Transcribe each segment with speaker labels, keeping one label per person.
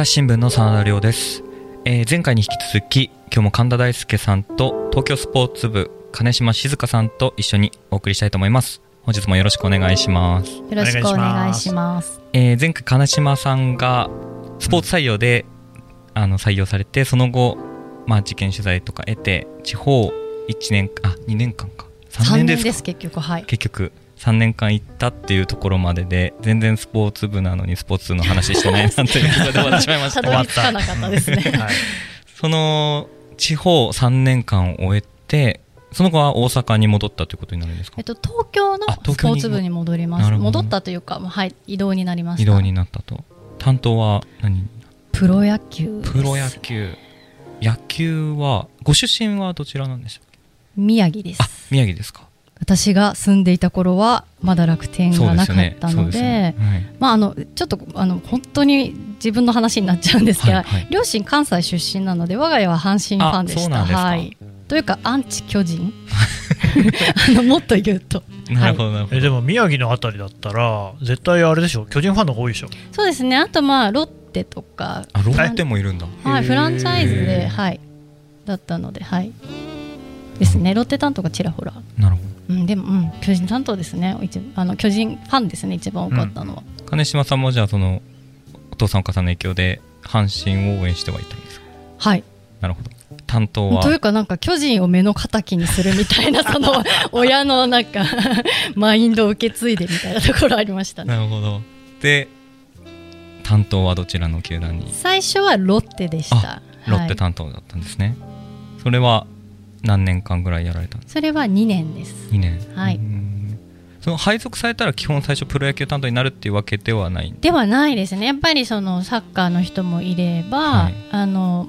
Speaker 1: 朝日新聞の真田亮です。前回に引き続き今日も神田大輔さんと東京スポーツ部金島静香さんと一緒にお送りしたいと思います。本日もよろしくお願いします。
Speaker 2: よろしくお願いします。
Speaker 1: 前回金島さんがスポーツ採用で、採用されて、その後、事件取材とか得て地方2年間か3年ですか。
Speaker 2: 結局、はい、
Speaker 1: 結局3年間行ったっていうところまでで、全然スポーツ部なのにスポーツの話してないなんていうところで終わってしまいました。
Speaker 2: たどり着かなかったですね、はい、
Speaker 1: その地方3年間を終えて、その後は大阪に戻ったということになるんですか。
Speaker 2: 東京のスポーツ部に戻ります。戻ったというか、はい、異動になりました。
Speaker 1: 異動になったと。担当は何？
Speaker 2: プロ野球です。
Speaker 1: プロ野球。野球はご出身はどちらなんでしょうか。
Speaker 2: 宮城です。
Speaker 1: 宮城ですか。
Speaker 2: 私が住んでいた頃はまだ楽天がなかったので、ちょっと本当に自分の話になっちゃうんですが、両親関西出身なので、我が家は阪神ファンでした。はい、というかアンチ巨人もっと言うと。
Speaker 1: なるほど、なるほど。
Speaker 3: でも宮城のあたりだったら絶対あれでしょ、巨人ファンの方が多いでしょ。
Speaker 2: そうですね。あとロッテとか。
Speaker 1: ロッテもいるんだ。
Speaker 2: はい、フランチャイズで、はい、だったので、はいですね。ロッテ担当がちらほら。なるほど。でも、巨人担当ですね。巨人ファンですね、一番多かったのは。
Speaker 1: 金島さんもじゃあそのお父さんお母さんの影響で阪神を応援してはいたんですか。
Speaker 2: はい。
Speaker 1: なるほど。担当は
Speaker 2: というか、巨人を目の敵にするみたいなその親のマインドを受け継いでみたいなところありましたね。
Speaker 1: なるほど。で、担当はどちらの球団に？
Speaker 2: 最初はロッテでした。
Speaker 1: ロッテ担当だったんですね。それは何年間ぐらいやられたんですか？
Speaker 2: それは2年です。
Speaker 1: 2年。
Speaker 2: はい。
Speaker 1: その配属されたら基本最初プロ野球担当になるっていうわけではない？
Speaker 2: ではないですね。やっぱりそのサッカーの人もいれば、はい、ア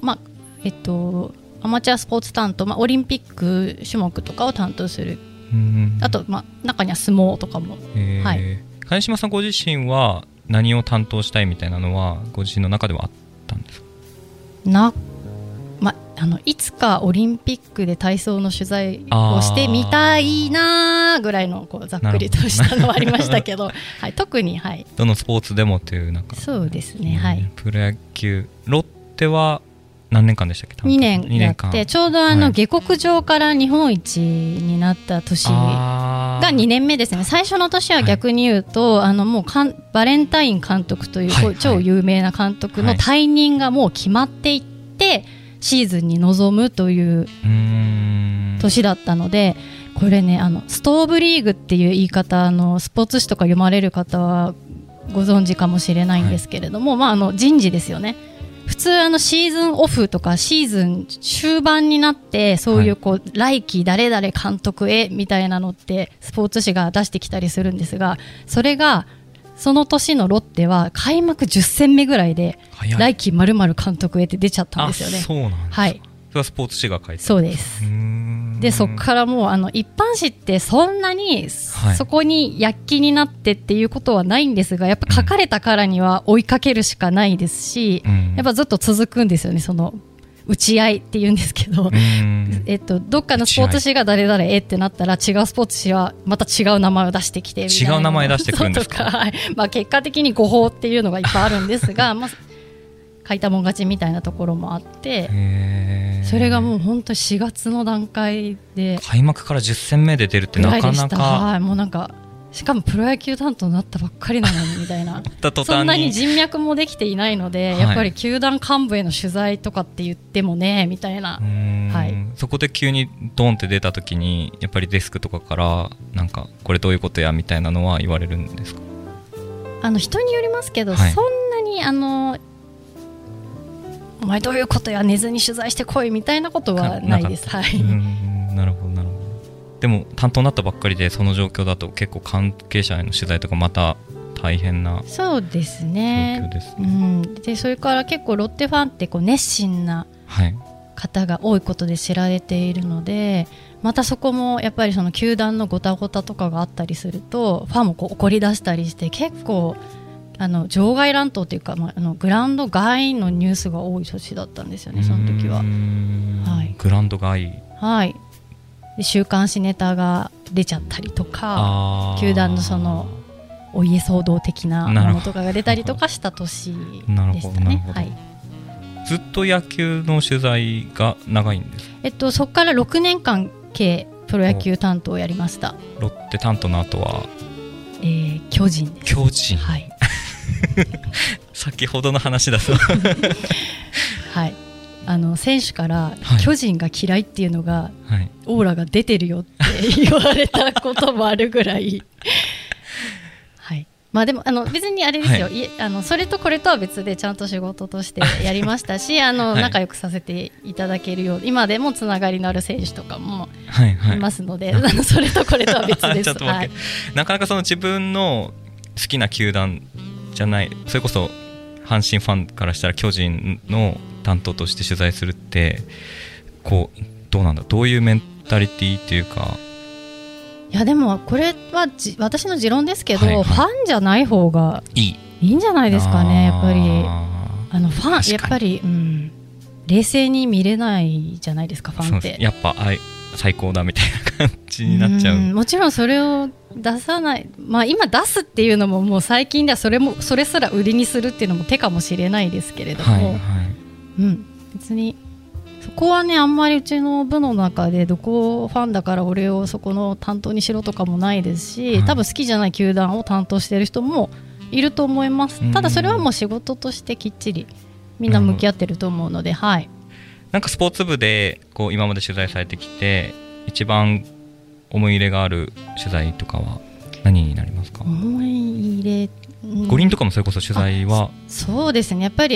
Speaker 2: マチュアスポーツ担当、オリンピック種目とかを担当する。あと、中には相撲とかも。はい。
Speaker 1: 金島さんご自身は何を担当したいみたいなのはご自身の中ではあったんですか？
Speaker 2: いつかオリンピックで体操の取材をしてみたいなぐらいのざっくりとしたのはありましたけど、はい、特に、はい、
Speaker 1: どのスポーツでもという
Speaker 2: そうですね、はい、
Speaker 1: プロ野球ロッテは何年間でしたっけ
Speaker 2: ？2年やって、ちょうど下克上から日本一になった年が2年目ですね。最初の年は逆に言うと、もうバレンタイン監督という、超有名な監督の退任がもう決まっていって、シーズンに臨むという年だったので、これね、ストーブリーグっていう言い方、スポーツ誌とか読まれる方はご存知かもしれないんですけれども、人事ですよね。普通シーズンオフとかシーズン終盤になって、そういう来季誰々監督へみたいなのってスポーツ紙が出してきたりするんですが、それがその年のロッテは開幕10戦目ぐらいで来季〇〇監督へって出ちゃったんですよね。
Speaker 1: そうなんですか。はい。それはスポーツ紙が書いてる。
Speaker 2: そうです。で、そこからもう一般紙ってそんなにそこに躍起になってっていうことはないんですが、やっぱ書かれたからには追いかけるしかないですし、やっぱずっと続くんですよね、その打ち合いって言うんですけど、どっかのスポーツ紙が誰々ってなったら、違うスポーツ紙はまた違う名前を出してきてみたいな、
Speaker 1: 違う名前出してくるんですか？
Speaker 2: 結果的に誤報っていうのがいっぱいあるんですが書いたもん勝ちみたいなところもあって、それがもう本当4月の段階で
Speaker 1: 開幕から10戦目で出るってなかなか、
Speaker 2: はい、もうしかもプロ野球担当になったばっかりなのにみたいなそんなに人脈もできていないので、やっぱり球団幹部への取材とかって言ってもねみたいな、はい、
Speaker 1: そこで急にドンって出た時にやっぱりデスクとかからこれどういうことやみたいなのは言われるんですか？
Speaker 2: 人によりますけど、
Speaker 1: はい、
Speaker 2: そんなにお前どういうことや、寝ずに取材してこいみたいなことはないです。はい。
Speaker 1: なるほどなるほど。でも担当になったばっかりでその状況だと結構関係者への取材とかまた大変な。
Speaker 2: そうですね。状況ですね。でそれから結構ロッテファンって熱心な方が多いことで知られているので、またそこもやっぱりその球団のごたごたとかがあったりするとファンも怒り出したりして、結構場外乱闘というか、グラウンド外のニュースが多い年だったんですよね、その時は。はい、
Speaker 1: グラウンド外、
Speaker 2: はい、で週刊誌ネタが出ちゃったりとか、球団のそのお家騒動的なものとかが出たりとかした年でしたね。はい、
Speaker 1: ずっと野球の取材が長いんですか？
Speaker 2: そこから6年間計プロ野球担当をやりました。
Speaker 1: ロッテ担当の後は、
Speaker 2: 巨人です。
Speaker 1: 巨人、
Speaker 2: はい、
Speaker 1: 先ほどの話だと
Speaker 2: はい、選手から巨人が嫌いっていうのが、はい、オーラが出てるよって言われたこともあるぐらいはい、まあでも別にあれですよ、はい、それとこれとは別でちゃんと仕事としてやりましたしはい、仲良くさせていただけるよう今でもつながりのある選手とかもいますので、はいはい、それとこれとは別です。はい、
Speaker 1: なかなかその自分の好きな球団じゃない、それこそ阪神ファンからしたら巨人の担当として取材するってこうどうなんだ、どういうメンタリティっていうか。
Speaker 2: いやでもこれは私の持論ですけど、はいはい、ファンじゃない方がいいんじゃないですかね。やっぱりファンやっぱり、冷静に見れないじゃないですか、ファンって。
Speaker 1: やっぱ最高だみたいな感じになっちゃう。
Speaker 2: もちろんそれを出さない、まあ、今出すっていうのももう最近ではそれすら売りにするっていうのも手かもしれないですけれども、はいはい、別にそこはねあんまりうちの部の中でどこファンだから俺をそこの担当にしろとかもないですし、はい、多分好きじゃない球団を担当している人もいると思います。ただそれはもう仕事としてきっちりみんな向き合ってると思うので、はい、
Speaker 1: なんかスポーツ部でこう今まで取材されてきて一番思い入れがある取材とかは何になりますか？
Speaker 2: 思い入れ、
Speaker 1: 五輪とかもそれこそ取材は
Speaker 2: そうですね、やっぱり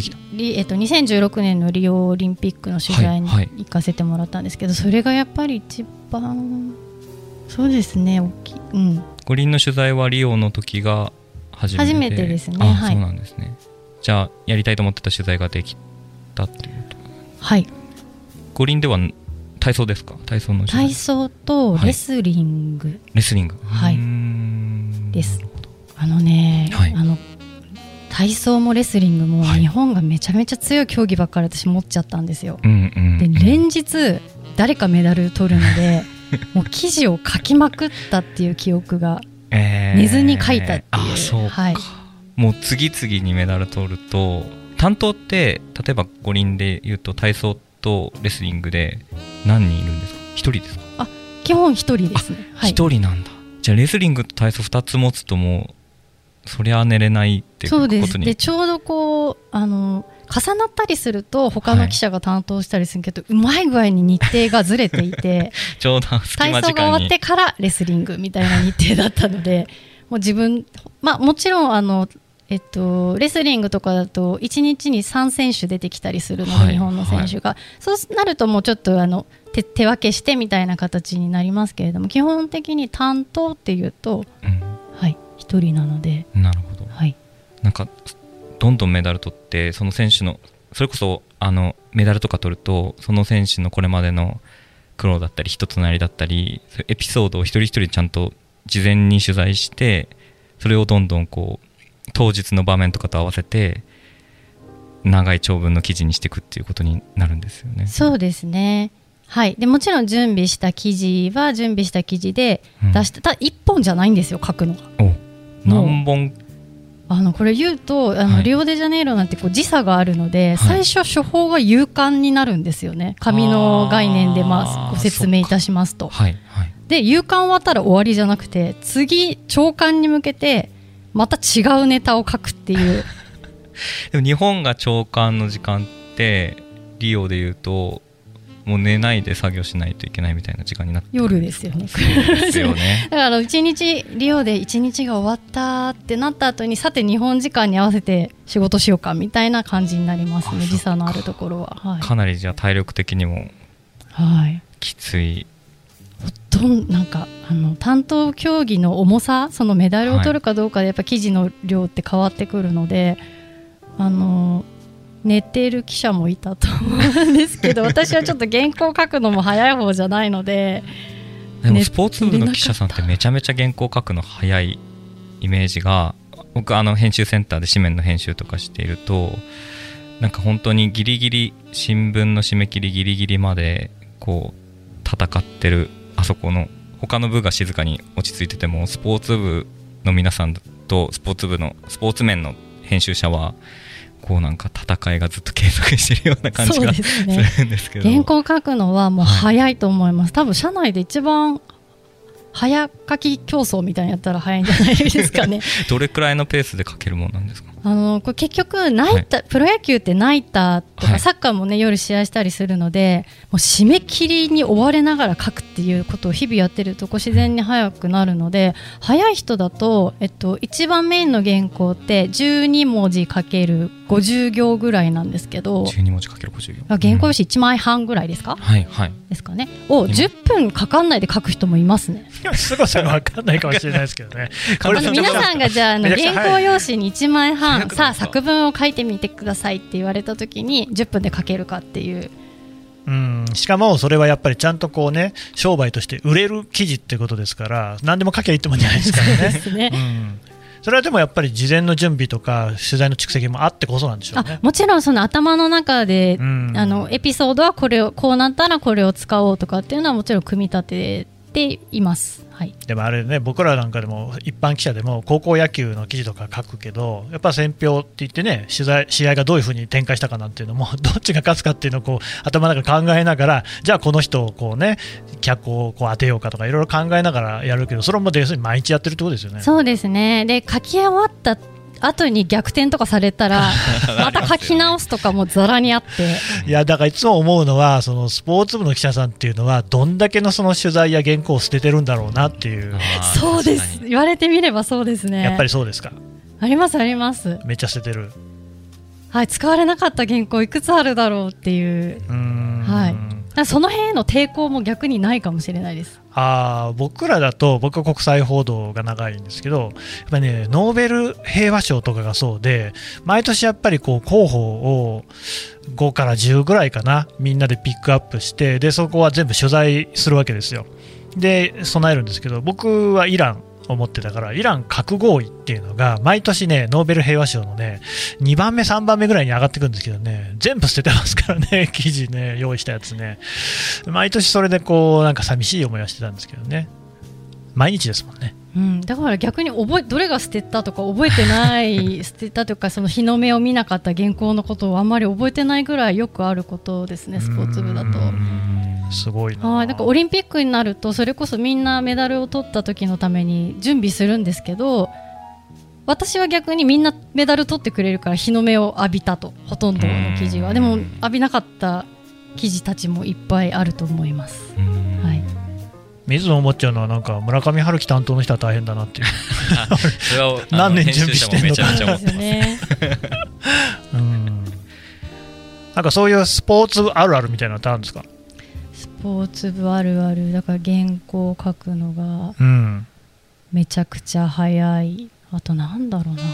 Speaker 2: 2016年のリオオリンピックの取材に行かせてもらったんですけど、それがやっぱり一番そうですね、
Speaker 1: 五輪の取材はリオの時が初めて
Speaker 2: ですね。
Speaker 1: はい、そうなんですね。じゃあやりたいと思ってた取材ができたっていうこと。はい。五輪では体操ですか？体操の取材。
Speaker 2: 体操とレスリング、はい、
Speaker 1: レスリング、
Speaker 2: はい、です。はい、体操もレスリングも日本がめちゃめちゃ強い競技ばっかり私持っちゃったんですよ。で連日誰かメダル取るのでもう記事を書きまくったっていう記憶が、寝ずに書いたっていう。
Speaker 1: あ、そうか、はい、もう次々にメダル取ると担当って例えば五輪でいうと体操とレスリングで何人いるんですか？1人ですか？
Speaker 2: 基本1人ですね。
Speaker 1: 1人なんだ。じゃあレスリングと体操2つ持つともうそりゃ寝れないっていうことに。
Speaker 2: そうです。でちょうどこう重なったりすると他の記者が担当したりするけど、はい、うまい具合に日程がずれていて
Speaker 1: ちょうど隙間時間に
Speaker 2: 体操が終わってからレスリングみたいな日程だったのでもう自分、もちろんレスリングとかだと1日に3選手出てきたりするので、はい、日本の選手が、はい、そうなるともうちょっと手分けしてみたいな形になりますけれども、基本的に担当っていうと、はい、1人なので。
Speaker 1: なるほど、はい、なんかどんどんメダル取ってその選手のそれこそメダルとか取るとその選手のこれまでの苦労だったり人となりだったりそういうエピソードを一人一人ちゃんと事前に取材してそれをどんどんこう当日の場面とかと合わせて長い長文の記事にしていくっていうことになるんですよね。
Speaker 2: そうですね、はい。でもちろん準備した記事は準備した記事で出した、ただ1本じゃないんですよ、書くのが。
Speaker 1: 何本
Speaker 2: これ言うとリオデジャネイロなんてこう時差があるので、はい、最初処方が夕刊になるんですよね。紙の概念でご説明いたしますと、はいはい、で夕刊終わったら終わりじゃなくて次朝刊に向けてまた違うネタを書くっていう
Speaker 1: でも日本が朝刊の時間ってリオでいうともう寝ないで作業しないといけないみたいな時間になって
Speaker 2: 夜ですよね。
Speaker 1: ですよね
Speaker 2: だから1日リオで1日が終わったってなった後にさて日本時間に合わせて仕事しようかみたいな感じになりますね。時差のあるところは、はい、
Speaker 1: かなりじゃあ体力的にもきつい、
Speaker 2: なんか担当競技の重さ、そのメダルを取るかどうかでやっぱ記事の量って変わってくるので、寝ている記者もいたと思うんですけど私はちょっと原稿書くのも早い方じゃないので。
Speaker 1: でもスポーツ部の記者さんってめちゃめちゃ原稿書くの早いイメージが、僕編集センターで紙面の編集とかしているとなんか本当にギリギリ新聞の締め切りギリギリまでこう戦ってる、あそこの他の部が静かに落ち着いててもスポーツ部の皆さんとスポーツ部のスポーツ面の編集者はこうなんか戦いがずっと継続しているような感じがするんですけど、
Speaker 2: 原稿を書くのはもう早いと思います、多分社内で一番早書き競争みたいにやったら早いんじゃないですかね
Speaker 1: どれくらいのペースで書けるものなんですか？
Speaker 2: これ結局ナイター、プロ野球ってナイターとかサッカーもね、夜試合したりするので、もう締め切りに追われながら書くっていうことを日々やってると自然に早くなるので、早い人だと、一番メインの原稿って12文字かける50行ぐらいなんですけど、
Speaker 1: 12文字かける50行、
Speaker 2: 原稿用紙1枚半ぐらいですか、
Speaker 1: はいはい、
Speaker 2: ですかねを10分かかんないで書く人もいますね。
Speaker 3: すごさが分かんないかもしれないですけどね
Speaker 2: 皆さんがじゃあ原稿用紙に1枚半さあ作文を書いてみてくださいって言われた時に10分で書けるかっていう。
Speaker 3: しかもそれはやっぱりちゃんとこうね、商売として売れる記事ってことですから、何でも書きゃいいってもんじゃないですからね。
Speaker 2: そうですね、
Speaker 3: それはでもやっぱり事前の準備とか取材の蓄積もあってこそなんでしょうね。
Speaker 2: もちろんその頭の中で、エピソードはこれをこうなったらこれを使おうとかっていうのはもちろん組み立てています、はい、
Speaker 3: でもあれね、僕らなんかでも一般記者でも高校野球の記事とか書くけど、やっぱ選評って言ってね、試合がどういうふうに展開したかなんていうのもどっちが勝つかっていうのをこう頭の中で考えながら、じゃあこの人をこうね脚光をこう当てようかとかいろいろ考えながらやるけど、それも要するに毎日やってるってことですよね。
Speaker 2: そうですね。で書き終わった後に逆転とかされたらまた書き直すとかもざらにあって
Speaker 3: いやだからいつも思うのは、そのスポーツ部の記者さんっていうのはどんだけのその取材や原稿を捨ててるんだろうなっていう。
Speaker 2: そうです、言われてみればそうですね。
Speaker 3: やっぱりそうですか？
Speaker 2: ありますあります、
Speaker 3: めっちゃ捨ててる。
Speaker 2: はい、使われなかった原稿いくつあるだろうっていう、はい、その辺への抵抗も逆にないかもしれないです。
Speaker 3: 僕らだと、僕は国際報道が長いんですけど、やっぱりね、ノーベル平和賞とかがそうで、毎年やっぱりこう候補を5から10ぐらいかな、みんなでピックアップして、でそこは全部取材するわけですよ。で備えるんですけど、僕はイランを持ってたから、イラン核合意っていうのが毎年ね、ノーベル平和賞のね2番目3番目ぐらいに上がってくるんですけどね、全部捨ててますからね記事ね、用意したやつね。毎年それでこうなんか寂しい思いはしてたんですけどね。毎日ですもんね。
Speaker 2: だから逆にどれが捨てたとか覚えてない捨てたとか、その日の目を見なかった原稿のことをあんまり覚えてないぐらいよくあることですね、スポーツ部だと。
Speaker 3: すごいな。
Speaker 2: なんかオリンピックになるとそれこそみんなメダルを取った時のために準備するんですけど、私は逆にみんなメダル取ってくれるから日の目を浴びたと、ほとんどの記事は。でも浴びなかった記事たちもいっぱいあると思います。はい、
Speaker 3: 水野思っちゃうのは、なんか村上春樹担当の人は大変だなっていう
Speaker 1: それは
Speaker 3: 何年準備してるのか。
Speaker 2: そうですよね
Speaker 3: なんかそういうスポーツ部あるあるみたいなのってあるんですか？
Speaker 2: スポーツ部あるあるだから、原稿を書くのがめちゃくちゃ早い。あとなんだろうな、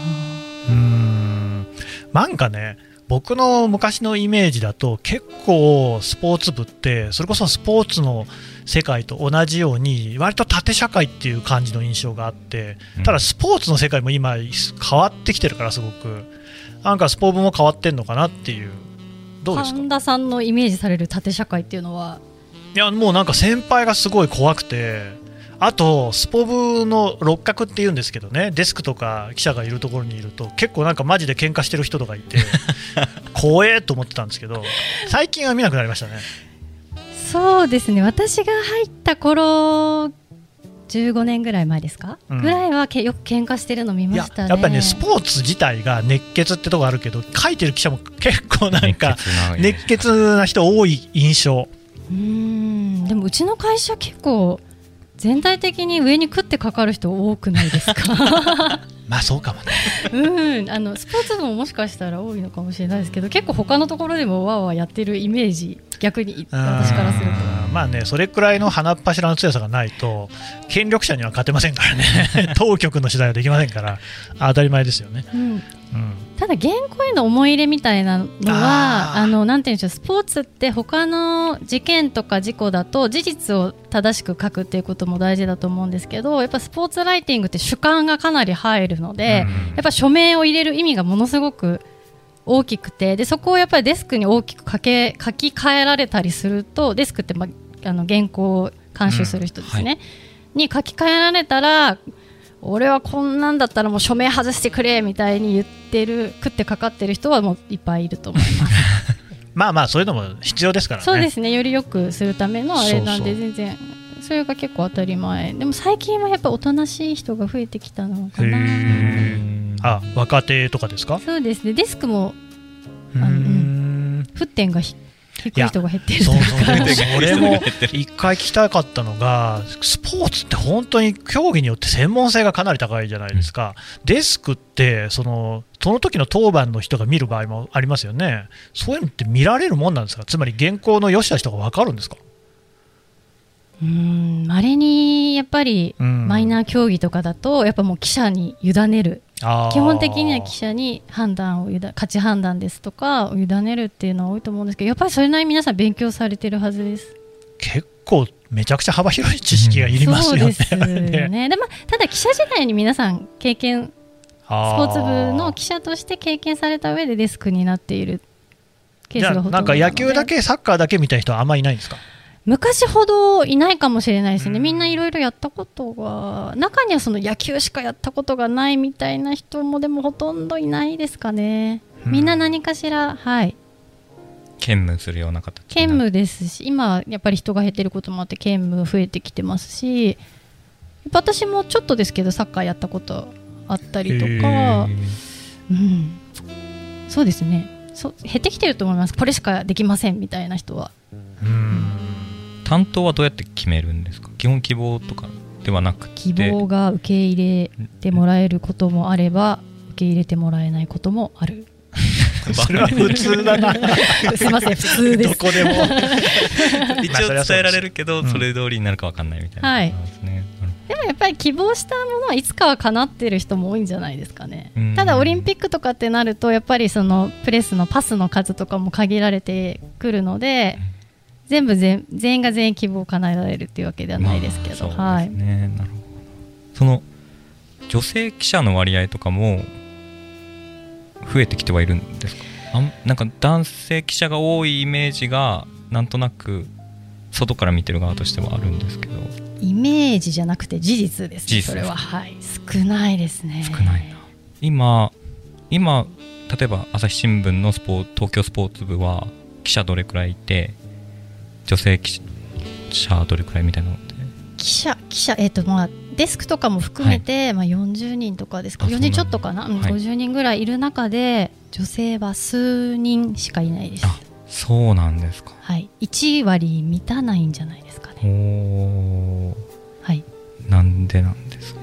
Speaker 3: なんかね、僕の昔のイメージだと結構スポーツ部ってそれこそスポーツの世界と同じように割と縦社会っていう感じの印象があって、ただスポーツの世界も今変わってきてるから、すごくなんかスポーツも変わってんのかなっていう。どうですか？
Speaker 2: 神田さんのイメージされる縦社会っていうのは？
Speaker 3: いやもうなんか先輩がすごい怖くて、あとスポ部の六角っていうんですけどね、デスクとか記者がいるところにいると結構なんかマジで喧嘩してる人とかいて怖えと思ってたんですけど、最近は見なくなりましたね。
Speaker 2: そうですね、私が入った頃15年ぐらい前ですか、ぐらいはよく喧嘩してるの見ましたね。
Speaker 3: やっぱりね、スポーツ自体が熱血ってとこあるけど、書いてる記者も結構なんか熱血な人多い印象。
Speaker 2: でもうちの会社結構全体的に上に食ってかかる人多くないですか
Speaker 3: まあそうかもね
Speaker 2: スポーツ部ももしかしたら多いのかもしれないですけど、結構他のところでもわーわーやってるイメージ、逆に私からすると。
Speaker 3: まあね、それくらいの鼻っ柱の強さがないと権力者には勝てませんからね当局の取材はできませんから当たり前ですよね。
Speaker 2: ただ原稿への思い入れみたいなのはなんていうんでしょう、スポーツって他の事件とか事故だと事実を正しく書くっていうことも大事だと思うんですけど、やっぱスポーツライティングって主観がかなり入るので、やっぱ署名を入れる意味がものすごく大きくて、でそこをやっぱりデスクに大きく書き換えられたりすると、デスクって、原稿を監修する人ですね、に書き換えられたら俺はこんなんだったらもう署名外してくれみたいに言ってる食ってかかってる人はもういっぱいいると思います
Speaker 3: まあまあそういうのも必要ですからね。
Speaker 2: そうですね、より良くするためのあれなんで、
Speaker 3: そう
Speaker 2: 全然それが結構当たり前。でも最近はやっぱおとなしい人が増えてきたのかな。
Speaker 3: 若手とかですか？
Speaker 2: そうですね、デスクも沸点が低い人が減ってると
Speaker 3: そう
Speaker 2: か
Speaker 3: それも一回聞きたかったのが、スポーツって本当に競技によって専門性がかなり高いじゃないですか。デスクってその時の当番の人が見る場合もありますよね。そういうのって見られるもんなんですか？つまり原稿の良し悪しとか分かるんですか？
Speaker 2: 稀にやっぱりマイナー競技とかだとやっぱもう記者に委ねる、基本的には記者に価値判断ですとかを委ねるっていうのは多いと思うんですけど、やっぱりそれなりに皆さん勉強されてるはずです。
Speaker 3: 結構めちゃくちゃ幅広い知識がいりますよね。
Speaker 2: そうですよね。でもただ記者時代に皆さん経験、スポーツ部の記者として経験された上でデスクになっているケースがほとんどなので。
Speaker 3: なんか野球だけサッカーだけみたいな人はあんまりいないんですか？
Speaker 2: 昔ほどいないかもしれないですね。みんないろいろやったことが、中にはその野球しかやったことがないみたいな人もでもほとんどいないですかね。みんな何かしら、
Speaker 1: 兼務するような形。
Speaker 2: 兼務ですし、今やっぱり人が減ってることもあって兼務増えてきてますし、私もちょっとですけどサッカーやったことあったりとか、そうですね、減ってきてると思います。これしかできませんみたいな人は。
Speaker 1: 担当はどうやって決めるんですか？基本希望とかではなくて、
Speaker 2: 希望が受け入れてもらえることもあれば受け入れてもらえないこともある
Speaker 3: それは普通だな
Speaker 2: すいません、普通です。
Speaker 3: どこでも
Speaker 1: 一応伝えられるけどそれ通りになるか分かんないみたいなことですね。
Speaker 2: でもやっぱり希望したものはいつかは叶っている人も多いんじゃないですかね。ただオリンピックとかってなるとやっぱりそのプレスのパスの数とかも限られてくるので、全員が全員希望を叶えられるっていうわけではないですけど、
Speaker 1: そうですね、なるほど。その女性記者の割合とかも増えてきてはいるんですか？なんか男性記者が多いイメージがなんとなく外から見てる側としてはあるんですけど。
Speaker 2: イメージじゃなくて事実ですね。それは少ないですね。
Speaker 1: 少ないな。今例えば朝日新聞の東京スポーツ部は記者どれくらいいて、女性記者どれくらいみたいなので、記者
Speaker 2: デスクとかも含めて、40人とかですか、40人ちょっとかな、50人ぐらいいる中で女性は数人しかいないです。
Speaker 1: そうなんですか。
Speaker 2: 1割満たないんじゃないですかね。
Speaker 1: なんでなんですか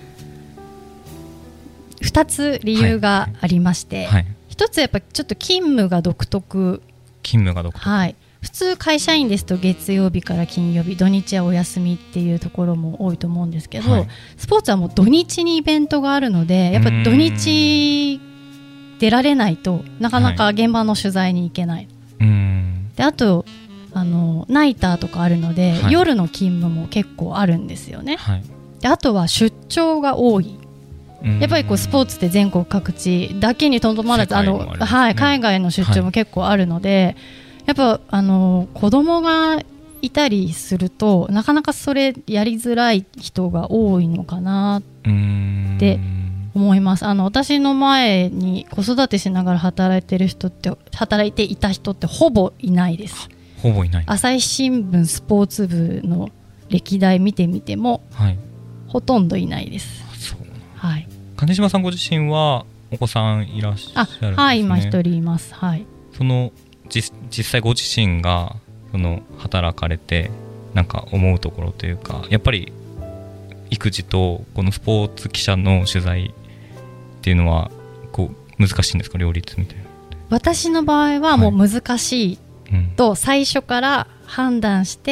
Speaker 2: ？2つ理由がありまして、1つやっぱちょっと勤務が独特。普通会社員ですと月曜日から金曜日、土日はお休みっていうところも多いと思うんですけど、スポーツはもう土日にイベントがあるので、やっぱ土日出られないとなかなか現場の取材に行けない。であとナイターとかあるので、夜の勤務も結構あるんですよね。であとは出張が多い。やっぱりスポーツって全国各地だけにとどまらず海外の出張も結構あるので、やっぱ子供がいたりするとなかなかそれやりづらい人が多いのかなって思います。私の前に子育てしながら働いていた人ってほぼいないです。
Speaker 1: ほぼいない。
Speaker 2: 朝日新聞スポーツ部の歴代見てみても、ほとんどいないです。
Speaker 1: 金島さんご自身はお子さんいらっしゃるんですね。
Speaker 2: 今一人います。
Speaker 1: その実際ご自身が働かれてなんか思うところというか、やっぱり育児とこのスポーツ記者の取材っていうのは難しいんですか？両立みたいな。
Speaker 2: 私の場合はもう難しいと最初から判断して、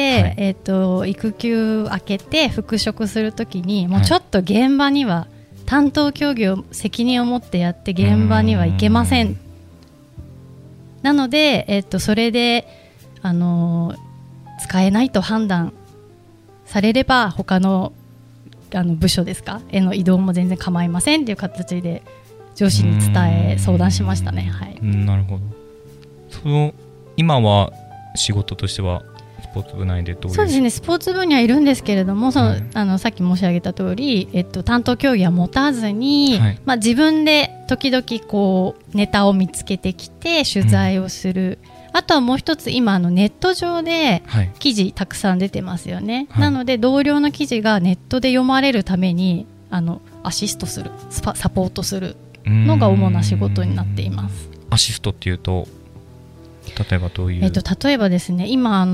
Speaker 2: 育休明けて復職するときにもうちょっと現場には担当競技を責任を持ってやって現場には行けません。なので、それで、使えないと判断されれば他の、部署ですかへの移動も全然構いませんという形で上司に相談しましたね。
Speaker 1: なるほど。今は仕事としてはスポーツ部内でどういう。
Speaker 2: そうですね、スポーツ部にはいるんですけれども、さっき申し上げた通り、担当競技は持たずに、自分で時々こうネタを見つけてきて取材をする、あとはもう一つ今ネット上で記事たくさん出てますよね、なので同僚の記事がネットで読まれるためにアシストするサポートするのが主な仕事になっています。
Speaker 1: アシストっていうと例えばどういう、
Speaker 2: 例えばですね、今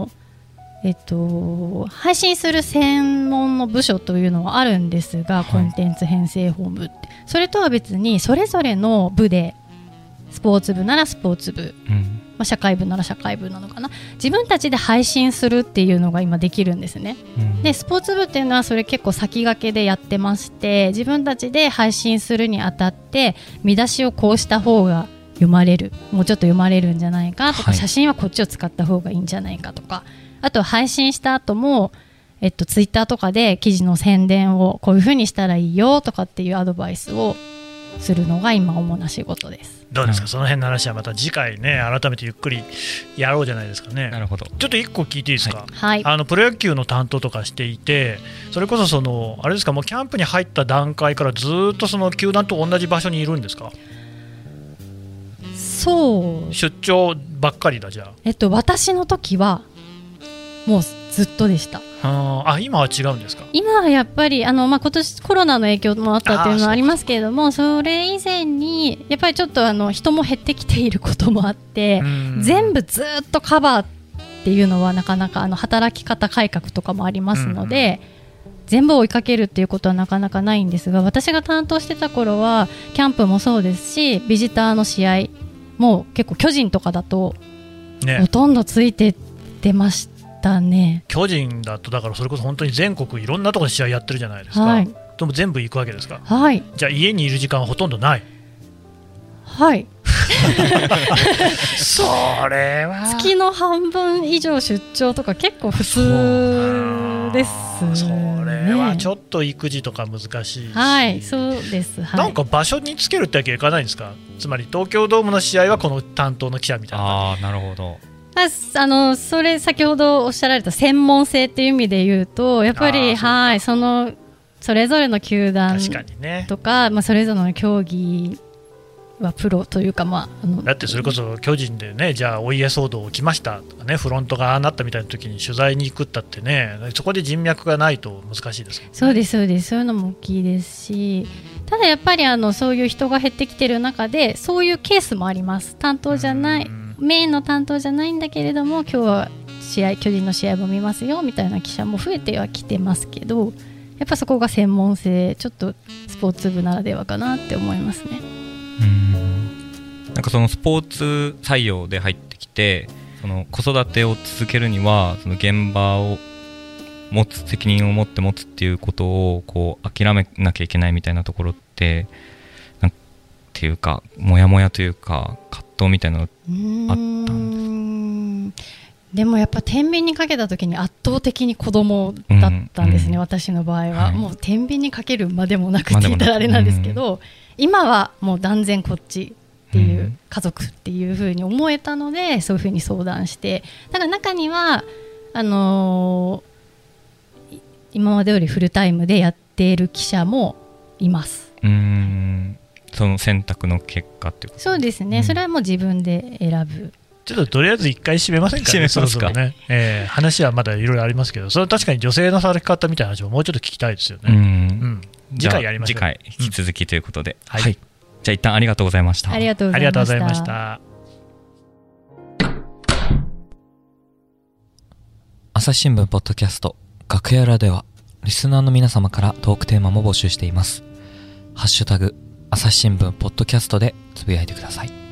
Speaker 2: 配信する専門の部署というのはあるんですが、コンテンツ編成本部って、それとは別にそれぞれの部でスポーツ部ならスポーツ部、社会部なら社会部なのかな、自分たちで配信するっていうのが今できるんですね、でスポーツ部っていうのはそれ結構先駆けでやってまして、自分たちで配信するにあたって見出しをこうした方が読まれる、もうちょっと読まれるんじゃないかとか、写真はこっちを使った方がいいんじゃないかとか、あと配信した後もツイッターとかで記事の宣伝をこういう風にしたらいいよとかっていうアドバイスをするのが今主な仕事です。
Speaker 3: どうですか、その辺の話はまた次回ね、改めてゆっくりやろうじゃないですかね。
Speaker 1: なるほど。
Speaker 3: ちょっと1個聞いていいですか、
Speaker 2: プ
Speaker 3: ロ野球の担当とかしていて、それこそあれですか、もうキャンプに入った段階からずっとその球団と同じ場所にいるんですか？
Speaker 2: そう、
Speaker 3: 出張ばっかりだ。じゃあ
Speaker 2: 私の時はもうずっとでした。
Speaker 3: 今は違うんですか？
Speaker 2: 今はやっぱり今年コロナの影響もあったというのはありますけれども、それ以前にやっぱりちょっと人も減ってきていることもあって、全部ずっとカバーっていうのはなかなか働き方改革とかもありますので、全部追いかけるっていうことはなかなかないんですが、私が担当してた頃はキャンプもそうですし、ビジターの試合も結構巨人とかだとほとんどついてってましたね。
Speaker 3: 巨人だとだからそれこそ本当に全国いろんなところで試合やってるじゃないですか、でも全部行くわけですか？じゃあ家にいる時間はほとんどない？それは
Speaker 2: 月の半分以上出張とか結構普通ですね。
Speaker 3: それはちょっと育児とか難しいし、
Speaker 2: そうです、
Speaker 3: なんか場所につけるってわけいかないんですか？つまり東京ドームの試合はこの担当の記者みたいな。
Speaker 1: なるほど。
Speaker 2: それ先ほどおっしゃられた専門性っていう意味で言うと、やっぱりそれぞれの球団とか、それぞれの競技はプロというか、
Speaker 3: だってそれこそ巨人でね、じゃあお家騒動起きましたとかね、フロントがなったみたいな時に取材に行くったってね、そこで人脈がないと難しいですもんね。
Speaker 2: そうですそうです、そういうのも大きいですし、ただやっぱりそういう人が減ってきてる中でそういうケースもあります。担当じゃない、メインの担当じゃないんだけれども、今日は巨人の試合も見ますよみたいな記者も増えてはきてますけど、やっぱそこが専門性、ちょっとスポーツ部ならではかなって思いますね。
Speaker 1: なんかそのスポーツ採用で入ってきて、その子育てを続けるにはその現場を持つ、責任を持って持つっていうことをこう諦めなきゃいけないみたいなところって、なんていうかモヤモヤというか葛藤みたいなのあったんですか？
Speaker 2: でもやっぱ天秤にかけた時に圧倒的に子供だったんですね、私の場合は、もう天秤にかけるまでもなくって言ったらあれなんですけど、今はもう断然こっちっていう、家族っていう風に思えたので、そういう風に相談して、だから中には今までよりフルタイムでやっている記者もいます。
Speaker 1: その選択の結果っていうこと？
Speaker 2: そうですね、それはもう自分で選ぶ。
Speaker 3: ちょっととりあえず一回締めませんかね。そろそろね、話はまだいろいろありますけど、それは確かに女性の働き方みたいな話ももうちょっと聞きたいですよね。次回やりましょう。
Speaker 1: 次回引き続きということで、じゃあ一旦ありがとうございました。
Speaker 2: ありがとうございました。
Speaker 1: 朝日新聞ポッドキャスト楽屋裏ではリスナーの皆様からトークテーマも募集しています。ハッシュタグ朝日新聞ポッドキャストでつぶやいてください。